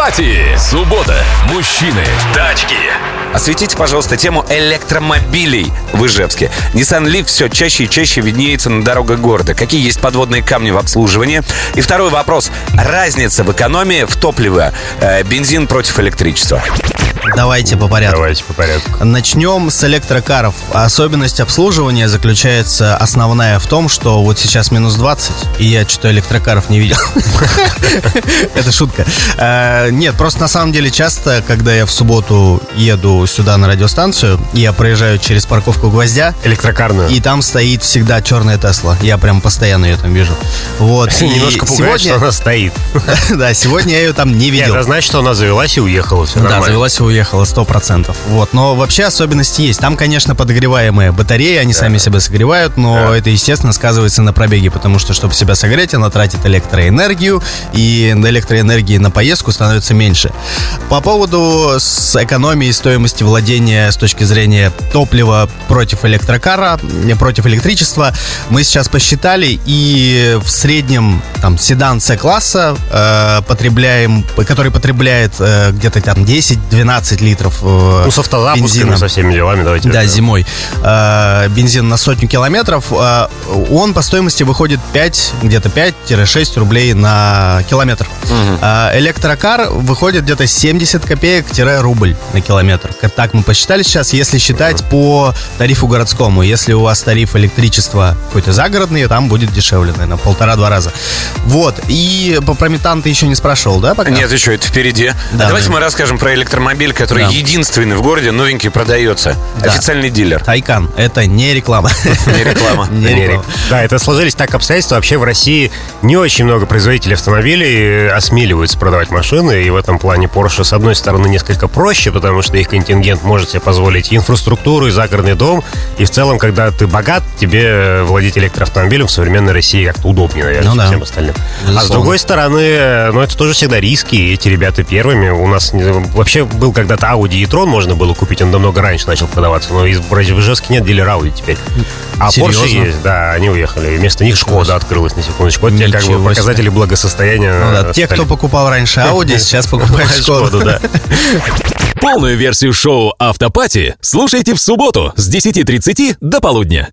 Автопати. Суббота. Мужчины. Тачки. Осветите, пожалуйста, тему электромобилей в Ижевске. Nissan Leaf все чаще и чаще виднеется на дорогах города. Какие есть подводные камни в обслуживании? И второй вопрос. Разница в экономии в топливе бензин против электричества. Давайте по порядку. Давайте по порядку. Начнем с электрокаров. Особенность обслуживания заключается основная в том, что вот сейчас минус 20, и я что-то электрокаров не видел. Это шутка. Нет, просто на самом деле часто, когда я в субботу еду сюда на радиостанцию, я проезжаю через парковку Гвоздя. Электрокарную. И там стоит всегда черная Тесла. Я прям постоянно ее там вижу. Вот. Немножко пугает, что она стоит. Да, сегодня я ее там не видел. Это значит, что она завелась и уехала. Да, завелась и уехала 100%. Вот. Но вообще особенности есть. Там, конечно, подогреваемые батареи, они сами себя согревают, но это, естественно, сказывается на пробеге, потому что, чтобы себя согреть, она тратит электроэнергию, и электроэнергии на поездку становится меньше. По поводу экономии стоимости владения с точки зрения топлива против электрокара, против электричества, мы сейчас посчитали, и в среднем там седан С-класса который потребляет где-то там 10-12 литров с автозапусками, бензина. Со всеми делами, давайте. Да, зимой. Бензин на 100 километров, он по стоимости выходит где-то 5-6 рублей на километр. Электрокар выходит где-то 70 копеек-рубль на километр. Так мы посчитали сейчас, если считать по тарифу городскому. Если у вас тариф электричества какой-то загородный, там будет дешевле, наверное, в 1,5-2 раза. Вот. И про метан ты еще не спрашивал, да, пока? Нет, еще это впереди. Да, давайте мы расскажем про электромобиль, который единственный в городе, новенький, продается. Да. Официальный дилер. Тайкан. Это не реклама. Не реклама. Не реклама. Да, это сложились так обстоятельства. Вообще в России не очень много производителей автомобилей осмеливаются продавать машины. И в этом плане Porsche, с одной стороны, несколько проще, потому что их контингент может себе позволить и инфраструктуру, и загородный дом. И в целом, когда ты богат, тебе владеть электроавтомобилем в современной России как-то удобнее, наверное, чем всем остальным. Безусловно. А с другой стороны, это тоже всегда риски. И эти ребята первыми. У нас вообще был когда-то Audi e-tron можно было купить, он намного раньше начал продаваться, но в Ижевске нет дилера Audi теперь. А Серьезно? Porsche есть, да, они уехали. И вместо них Шкода открылась, на секундочку. Вот те как бы показатели благосостояния. Те, кто покупал раньше Audi, сейчас покупают Шкоду. Да. Полную версию шоу «Автопати» слушайте в субботу с 10:30 до полудня.